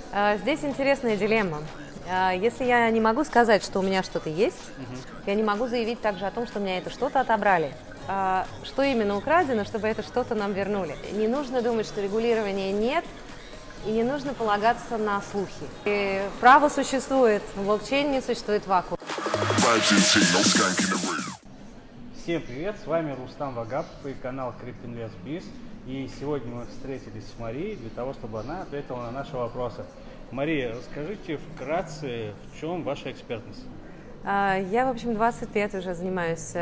Здесь интересная дилемма. Если я не могу сказать, что у меня что-то есть, я не могу заявить также о том, что у меня это что-то отобрали. Что именно украдено, чтобы это что-то нам вернули. Не нужно думать, что регулирования нет, и не нужно полагаться на слухи. И право существует, в блокчейне существует вакуум. Всем привет, с вами Рустам Вагапов и канал CryptoInvestBiz. И сегодня мы встретились с Марией для того, чтобы она ответила на наши вопросы. Мария, расскажите вкратце, в чем ваша экспертность? Я, в общем, 20 лет уже занимаюсь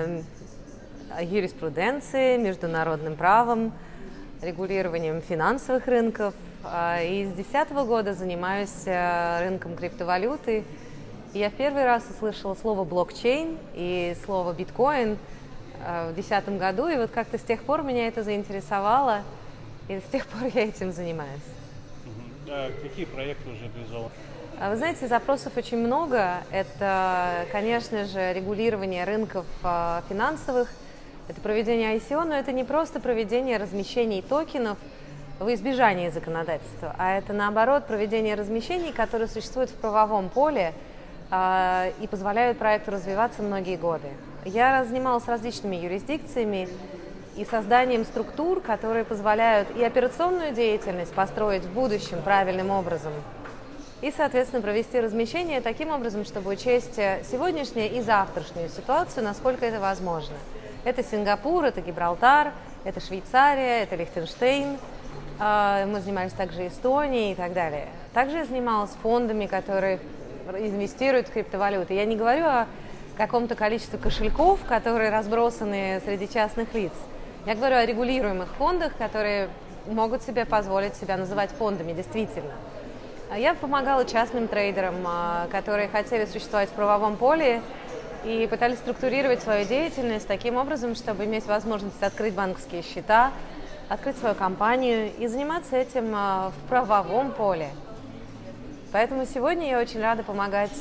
юриспруденцией, международным правом, регулированием финансовых рынков. И с 2010 года занимаюсь рынком криптовалюты. И я в первый раз услышала слово блокчейн и слово биткоин в 2010 году. И вот как-то с тех пор меня это заинтересовало, и с тех пор я этим занимаюсь. А какие проекты уже реализованы? Вы знаете, запросов очень много. Это, конечно же, регулирование рынков финансовых, это проведение ICO, но это не просто проведение размещений токенов в избежании законодательства, а это, наоборот, проведение размещений, которые существуют в правовом поле и позволяют проекту развиваться многие годы. Я занималась различными юрисдикциями и созданием структур, которые позволяют и операционную деятельность построить в будущем правильным образом, и, соответственно, провести размещение таким образом, чтобы учесть сегодняшнюю и завтрашнюю ситуацию, насколько это возможно. Это Сингапур, это Гибралтар, это Швейцария, это Лихтенштейн. Мы занимались также Эстонией и так далее. Также я занималась фондами, которые инвестируют в криптовалюты. Я не говорю о каком-то количестве кошельков, которые разбросаны среди частных лиц. Я говорю о регулируемых фондах, которые могут себе позволить себя называть фондами, действительно. Я помогала частным трейдерам, которые хотели существовать в правовом поле и пытались структурировать свою деятельность таким образом, чтобы иметь возможность открыть банковские счета, открыть свою компанию и заниматься этим в правовом поле. Поэтому сегодня я очень рада помогать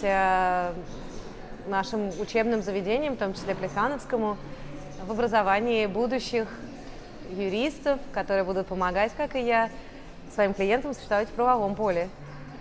нашим учебным заведениям, в том числе Плехановскому, в образовании будущих юристов, которые будут помогать, как и я, своим клиентам существовать в правовом поле.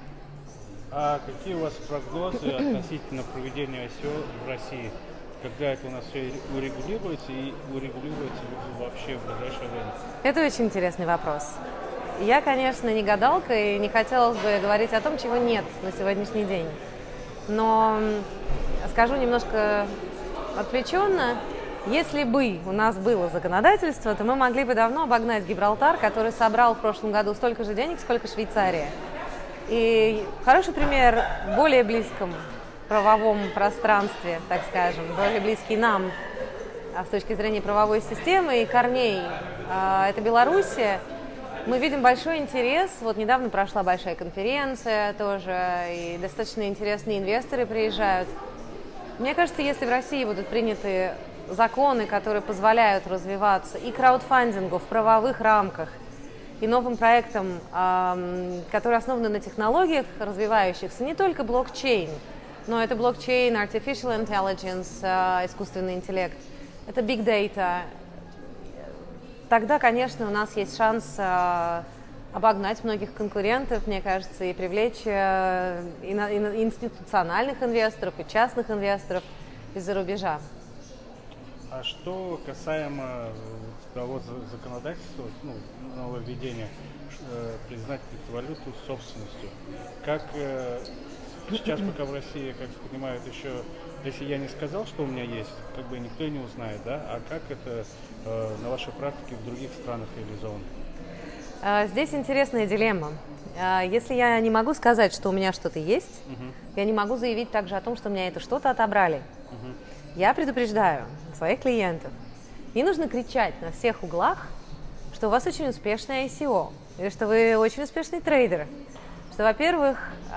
А какие у вас прогнозы относительно проведения ICO в России? Когда это у нас все урегулируется и урегулируется вообще в ближайшее время? Это очень интересный вопрос. Я, конечно, не гадалка и не хотелось бы говорить о том, чего нет на сегодняшний день. Но скажу немножко отвлеченно. Если бы у нас было законодательство, то мы могли бы давно обогнать Гибралтар, который собрал в прошлом году столько же денег, сколько Швейцария. И хороший пример в более близком правовом пространстве, так скажем, более близкий нам с точки зрения правовой системы и корней, это Белоруссия. Мы видим большой интерес. Вот недавно прошла большая конференция тоже, и достаточно интересные инвесторы приезжают. Мне кажется, если в России будут приняты законы, которые позволяют развиваться и краудфандингу в правовых рамках, и новым проектам, которые основаны на технологиях развивающихся, не только блокчейн, но это блокчейн, artificial intelligence, искусственный интеллект, это big data. Тогда, конечно, у нас есть шанс обогнать многих конкурентов, мне кажется, и привлечь институциональных инвесторов, и частных инвесторов из-за рубежа. А что касаемо того законодательства, нововведения, признать криптовалюту собственностью? Как сейчас, пока в России, как понимают, еще, если я не сказал, что у меня есть, как бы никто и не узнает, да? А как это на вашей практике в других странах реализовано? Здесь интересная дилемма. Если я не могу сказать, что у меня что-то есть, я не могу заявить также о том, что у меня это что-то отобрали. Я предупреждаю своих клиентов. Не нужно кричать на всех углах, что у вас очень успешное ICO, или что вы очень успешный трейдер. Что, во-первых,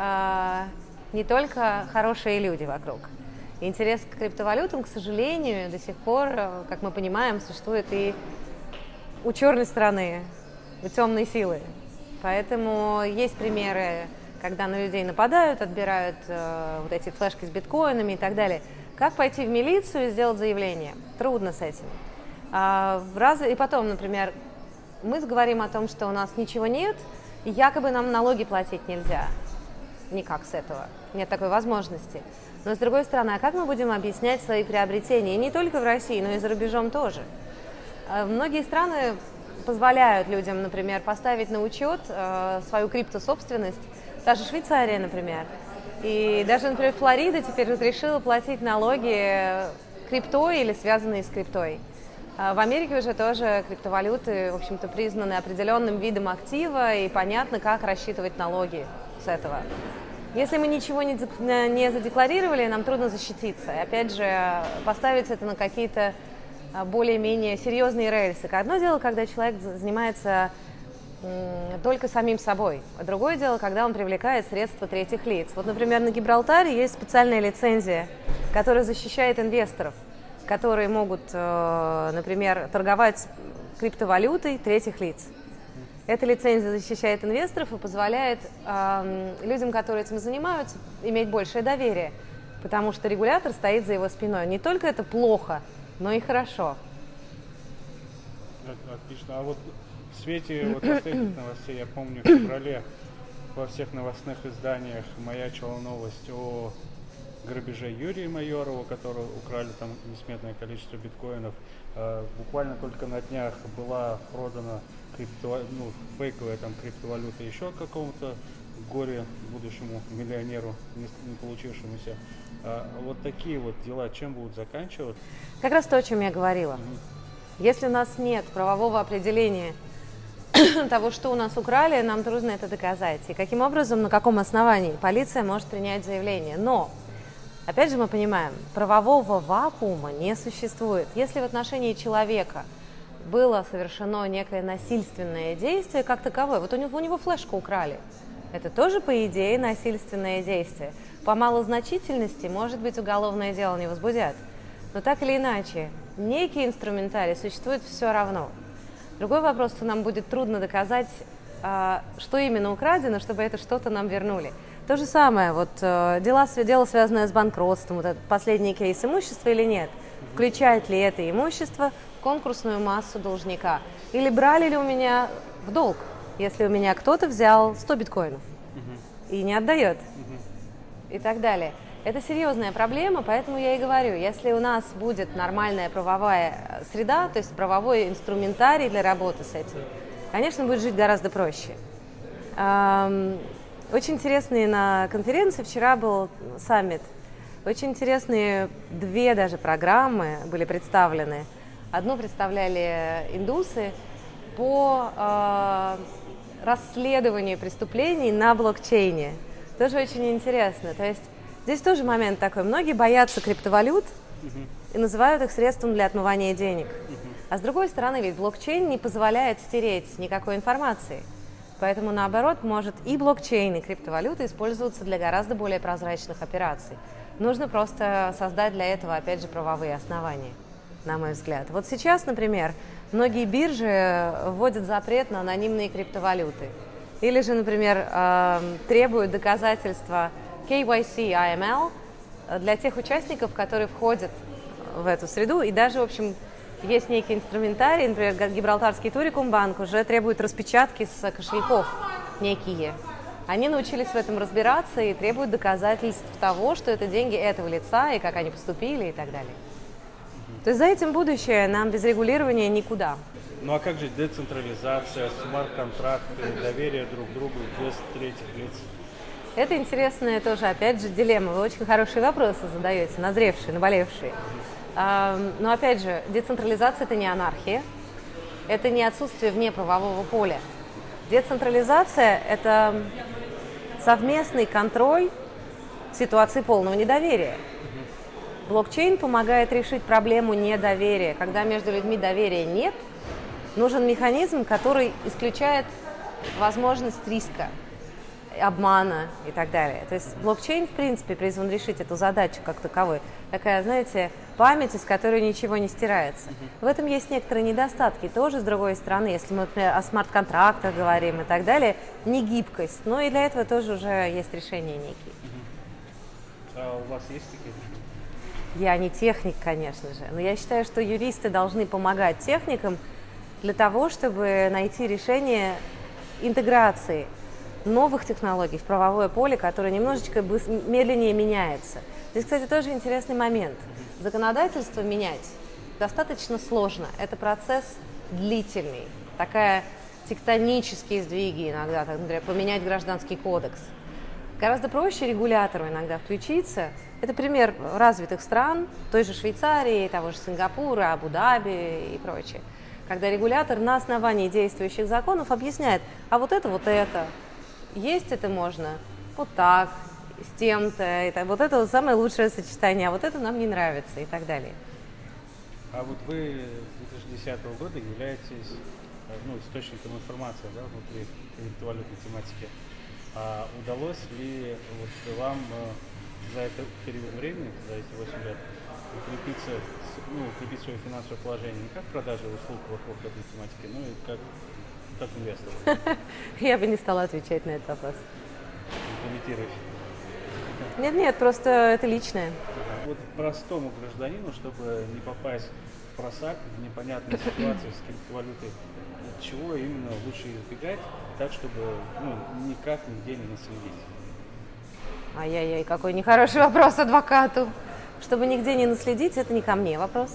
не только хорошие люди вокруг. Интерес к криптовалютам, к сожалению, до сих пор, как мы понимаем, существует и у черной стороны, у темной силы. Поэтому есть примеры, когда на людей нападают, отбирают вот эти флешки с биткоинами и так далее. Как пойти в милицию и сделать заявление? Трудно с этим. И потом, например, мы говорим о том, что у нас ничего нет, якобы нам налоги платить нельзя. Никак с этого. Нет такой возможности. Но с другой стороны, а как мы будем объяснять свои приобретения? И не только в России, но и за рубежом тоже. Многие страны позволяют людям, например, поставить на учет свою криптособственность. Та же Швейцария, например. И даже, например, Флорида теперь разрешила платить налоги криптой или связанные с криптой. В Америке уже тоже криптовалюты, в общем-то, признаны определенным видом актива, и понятно, как рассчитывать налоги с этого. Если мы ничего не задекларировали, нам трудно защититься. И опять же, поставить это на какие-то более-менее серьезные рельсы. Одно дело, когда человек занимается только самим собой, а другое дело, когда он привлекает средства третьих лиц. Вот, например, на Гибралтаре есть специальная лицензия, которая защищает инвесторов, которые могут, например, торговать криптовалютой третьих лиц. Эта лицензия защищает инвесторов и позволяет людям, которые этим занимаются, иметь большее доверие, потому что регулятор стоит за его спиной. Не только это плохо, но и хорошо. Отлично. А вот в свете вот последних новостей, я помню, в феврале во всех новостных изданиях маячила новость о грабеже Юрия Майорова, которого украли там несметное количество биткоинов. Буквально только на днях была продана фейковая там криптовалюта еще какому-то горе будущему миллионеру, не получившемуся. Вот такие вот дела чем будут заканчиваться? Как раз то, о чем я говорила. Если у нас нет правового определения того, что у нас украли, нам трудно это доказать. И каким образом, на каком основании полиция может принять заявление. Но, опять же, мы понимаем, правового вакуума не существует. Если в отношении человека было совершено некое насильственное действие как таковое, вот у него флешку украли, это тоже, по идее, насильственное действие. По малозначительности, может быть, уголовное дело не возбудят. Но так или иначе, некий инструментарий существует все равно. Другой вопрос, что нам будет трудно доказать, что именно украдено, чтобы это что-то нам вернули. То же самое, вот дело, связанное с банкротством, вот этот последний кейс, имущества или нет, включает ли это имущество в конкурсную массу должника, или брали ли у меня в долг, если у меня кто-то взял 100 биткоинов и не отдает, и так далее. Это серьезная проблема, поэтому я и говорю, если у нас будет нормальная правовая среда, то есть правовой инструментарий для работы с этим, конечно, будет жить гораздо проще. Очень интересные на конференции, вчера был саммит, очень интересные две даже программы были представлены. Одну представляли индусы по расследованию преступлений на блокчейне. Тоже очень интересно. То есть здесь тоже момент такой. Многие боятся криптовалют и называют их средством для отмывания денег. А с другой стороны, ведь блокчейн не позволяет стереть никакой информации. Поэтому, наоборот, может и блокчейн, и криптовалюта использоваться для гораздо более прозрачных операций. Нужно просто создать для этого, опять же, правовые основания, на мой взгляд. Вот сейчас, например, многие биржи вводят запрет на анонимные криптовалюты. Или же, например, требуют доказательства KYC, AML для тех участников, которые входят в эту среду. И даже, в общем, есть некий инструментарий, например, Гибралтарский Турикумбанк уже требует распечатки с кошельков некие. Они научились в этом разбираться и требуют доказательств того, что это деньги этого лица, и как они поступили, и так далее. То есть за этим будущее, нам без регулирования никуда. Ну а как же децентрализация, смарт-контракты, доверие друг к другу без третьих лиц? Это интересная тоже, опять же, дилемма. Вы очень хорошие вопросы задаете, назревшие, наболевшие. Но опять же, децентрализация – это не анархия, это не отсутствие вне правового поля. Децентрализация – это совместный контроль ситуации полного недоверия. Блокчейн помогает решить проблему недоверия. Когда между людьми доверия нет, нужен механизм, который исключает возможность риска, обмана и так далее. То есть блокчейн, в принципе, призван решить эту задачу как таковой. Такая, знаете, память, из которой ничего не стирается. В этом есть некоторые недостатки. Тоже, с другой стороны, если мы, например, о смарт-контрактах говорим и так далее, не гибкость. Но и для этого тоже уже есть решения некие. А у вас есть такие решения? Я не техник, конечно же, но я считаю, что юристы должны помогать техникам для того, чтобы найти решение интеграции новых технологий в правовое поле, которое немножечко медленнее меняется. Здесь, кстати, тоже интересный момент. Законодательство менять достаточно сложно. Это процесс длительный. Такая тектонические сдвиги иногда, так, например, поменять гражданский кодекс. Гораздо проще регулятору иногда включиться. Это пример развитых стран, той же Швейцарии, того же Сингапура, Абу-Даби и прочее. Когда регулятор на основании действующих законов объясняет, а вот это, есть это можно вот так, с тем-то, вот это вот самое лучшее сочетание, а вот это нам не нравится и так далее. А вот вы с 2010 года являетесь источником информации, да, внутри криптовалютной тематики. А удалось ли вот вам за этот период времени, за эти 8 лет, укрепить свое финансовое положение не как продажа услуг вокруг этой тематики, но и как инвестор? Я бы не стала отвечать на этот вопрос. Комментируешь? Нет, просто это личное. Вот простому гражданину, чтобы не попасть в просак, в непонятную ситуацию с криптовалютой, чего именно лучше избегать, так, чтобы никак нигде не наследить? Ай-яй-яй, какой нехороший вопрос адвокату. Чтобы нигде не наследить, это не ко мне вопрос.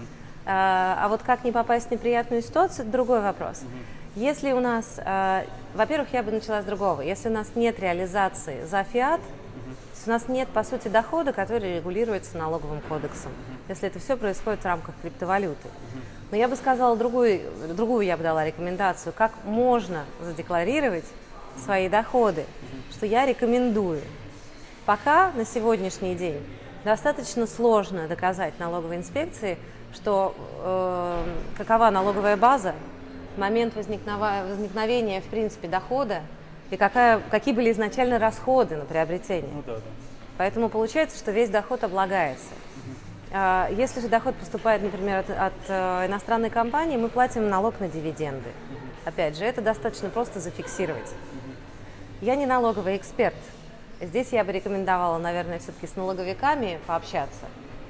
А вот как не попасть в неприятную ситуацию, это другой вопрос. Если у нас, во-первых, я бы начала с другого. Если у нас нет реализации за фиат, у нас нет, по сути, дохода, который регулируется налоговым кодексом, если это все происходит в рамках криптовалюты. Но я бы сказала другую я бы дала рекомендацию, как можно задекларировать свои доходы, что я рекомендую. Пока на сегодняшний день достаточно сложно доказать налоговой инспекции, что какова налоговая база, момент возникновения, в принципе, дохода и какие были изначально расходы на приобретение. Поэтому получается, что весь доход облагается. Если же доход поступает, например, от иностранной компании, мы платим налог на дивиденды. Опять же, это достаточно просто зафиксировать. Я не налоговый эксперт. Здесь я бы рекомендовала, наверное, все-таки с налоговиками пообщаться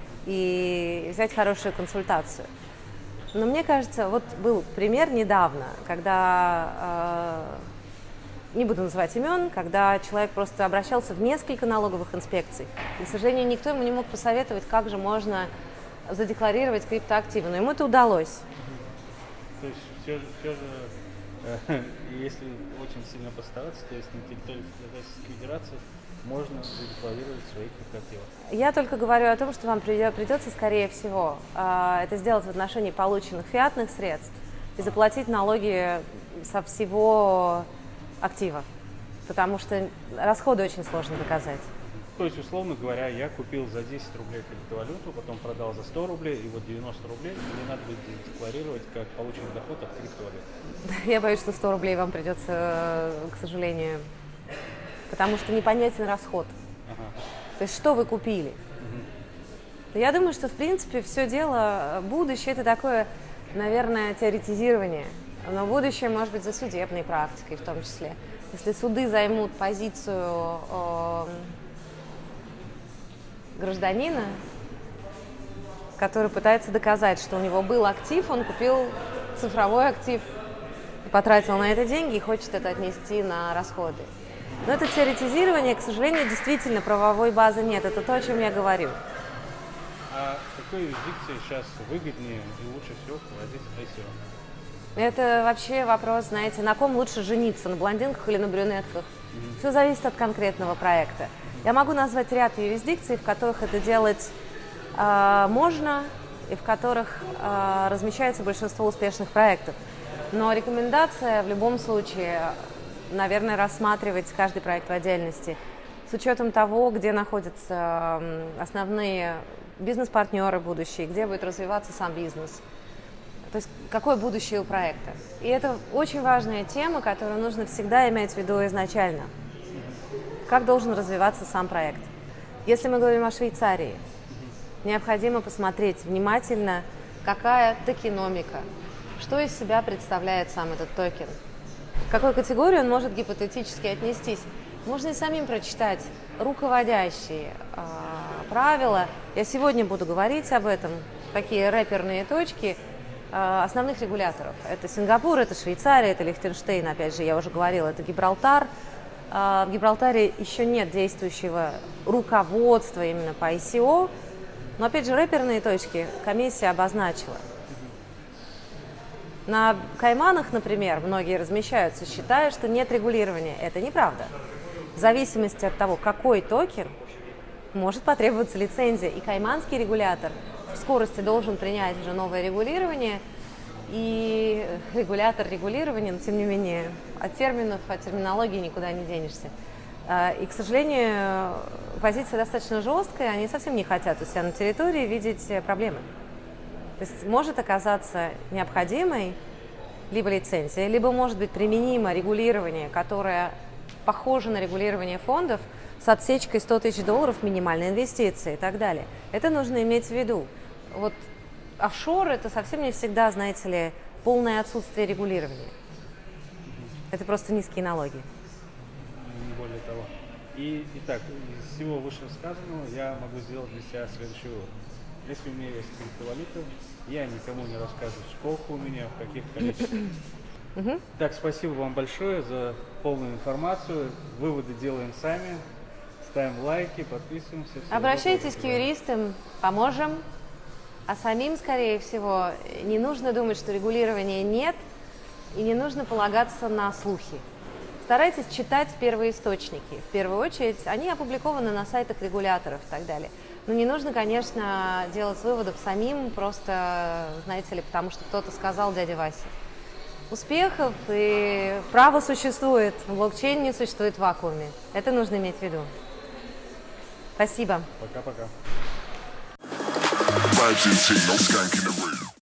и взять хорошую консультацию. Но мне кажется, вот был пример недавно, когда, не буду называть имен, когда человек просто обращался в несколько налоговых инспекций. И, к сожалению, никто ему не мог посоветовать, как же можно задекларировать криптоактивы, но ему это удалось. То есть все же, если очень сильно постараться, то есть на территории Российской Федерации можно задекларировать свои криптоактивы. Я только говорю о том, что вам придется, скорее всего, это сделать в отношении полученных фиатных средств и заплатить налоги со всего актива, потому что расходы очень сложно доказать. То есть, условно говоря, я купил за 10 рублей криптовалюту, потом продал за 100 рублей, и вот 90 рублей мне надо будет декларировать как полученный доход от криптовалюты. Я боюсь, что 100 рублей вам придется, к сожалению, потому что непонятен расход. То есть, что вы купили. Я думаю, что, в принципе, все дело, будущее – это такое, наверное, теоретизирование. Но будущее может быть за судебной практикой в том числе. Если суды займут позицию гражданина, который пытается доказать, что у него был актив, он купил цифровой актив, потратил на это деньги и хочет это отнести на расходы. Но это теоретизирование, к сожалению, действительно правовой базы нет. Это то, о чем я говорю. А какой юрисдикции сейчас выгоднее и лучше всего проводить ICO? Это вообще вопрос, знаете, на ком лучше жениться, на блондинках или на брюнетках. Все зависит от конкретного проекта. Я могу назвать ряд юрисдикций, в которых это делать можно и в которых размещается большинство успешных проектов. Но рекомендация в любом случае, наверное, рассматривать каждый проект в отдельности, с учетом того, где находятся основные бизнес-партнеры будущие, где будет развиваться сам бизнес. То есть какое будущее у проекта. И это очень важная тема, которую нужно всегда иметь в виду изначально. Как должен развиваться сам проект. Если мы говорим о Швейцарии, необходимо посмотреть внимательно, какая токеномика, что из себя представляет сам этот токен, к какой категории он может гипотетически отнестись. Можно и самим прочитать руководящие правила. Я сегодня буду говорить об этом, такие рэперные точки. основных регуляторов. Это Сингапур, это Швейцария, это Лихтенштейн, опять же, я уже говорила, это Гибралтар. В Гибралтаре еще нет действующего руководства именно по ICO, но, опять же, реперные точки комиссия обозначила. На Кайманах, например, многие размещаются, считая, что нет регулирования. Это неправда. В зависимости от того, какой токен, может потребоваться лицензия. И кайманский регулятор в скорости должен принять уже новое регулирование. И регулятор регулирования, но тем не менее, от терминов, от терминологии никуда не денешься. И, к сожалению, позиция достаточно жесткая, они совсем не хотят у себя на территории видеть проблемы. То есть может оказаться необходимой либо лицензия, либо может быть применимо регулирование, которое похоже на регулирование фондов с отсечкой $100 000 минимальной инвестиции и так далее. Это нужно иметь в виду. Вот офшор – это совсем не всегда, знаете ли, полное отсутствие регулирования. Это просто низкие налоги. Не более того. Итак, из всего вышесказанного я могу сделать для себя следующий вывод. Если у меня есть криптовалюта, я никому не рассказываю, сколько у меня, в каких количествах. Так, спасибо вам большое за полную информацию. Выводы делаем сами. Ставим лайки, подписываемся. Обращайтесь к юристам, поможем. А самим, скорее всего, не нужно думать, что регулирования нет, и не нужно полагаться на слухи. Старайтесь читать первоисточники. В первую очередь, они опубликованы на сайтах регуляторов и так далее. Но не нужно, конечно, делать выводов самим, просто, знаете ли, потому что кто-то сказал дядя Вася. Успехов, и право существует, блокчейн не существует в вакууме. Это нужно иметь в виду. Спасибо. Пока-пока.